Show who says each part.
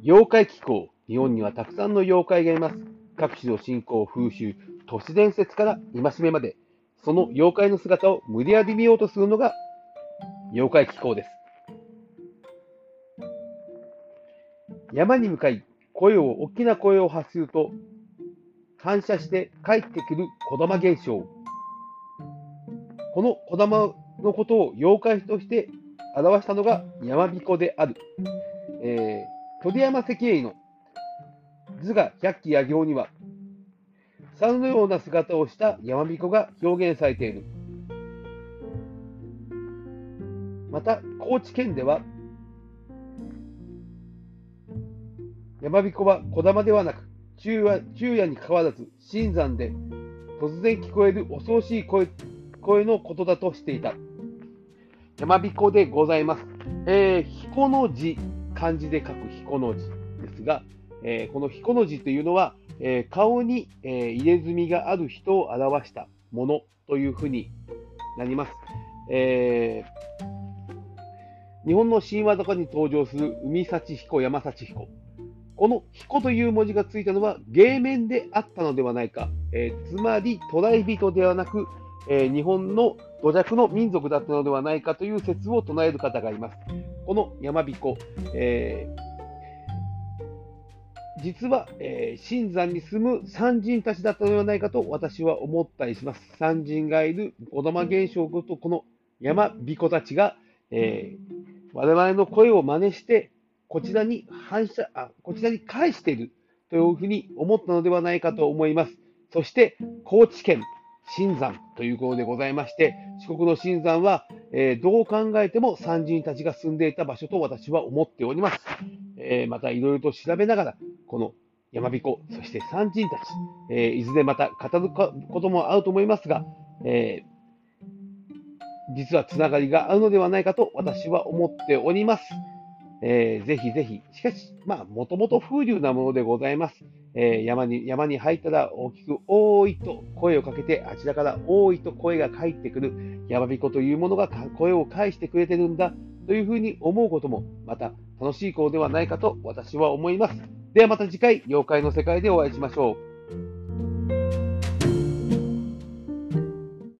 Speaker 1: 妖怪気候。日本にはたくさんの妖怪がいます。各種の信仰、風習、都市伝説から戒めまで、その妖怪の姿を無理やり見ようとするのが妖怪気候です。山に向かい、大きな声を発すると、反射して帰ってくる児玉現象。この児玉のことを妖怪として表したのが山彦である。鳥山石英の図画百鬼夜行には、猿のような姿をした山彦が表現されている。また、高知県では、山彦は児玉ではなく、昼夜にかかわらず、深山で突然聞こえる恐ろしい声のことだとしていた。山彦でございます。彦の字、漢字で書く彦の字ですが、この彦の字というのは、顔に、入れ墨がある人を表したものというふうになります。日本の神話とかに登場する海幸彦、山幸彦。この彦という文字がついたのは芸名であったのではないか。つまり、渡来人ではなく、日本の土着の民族だったのではないかという説を唱える方がいます。この山彦、実は、深山に住む山人たちだったのではないかと私は思ったりします。山人がいる児玉現象とこの山彦たちが、我々の声を真似してこちらに返しているというふうに思ったのではないかと思います。そして高知県深山ということでございまして、四国の深山は、どう考えても山人たちが住んでいた場所と私は思っております。またいろいろと調べながら、この山彦、そして山人たち、いずれまた語ることもあると思いますが、実はつながりがあるのではないかと私は思っております。ぜひぜひ、しかし、もともと風流なものでございます。山に入ったら大きくおーいと声をかけて、あちらからおーいと声が返ってくる山彦というものが声を返してくれてるんだというふうに思うこともまた楽しいことではないかと私は思います。ではまた次回、妖怪の世界でお会いしましょう。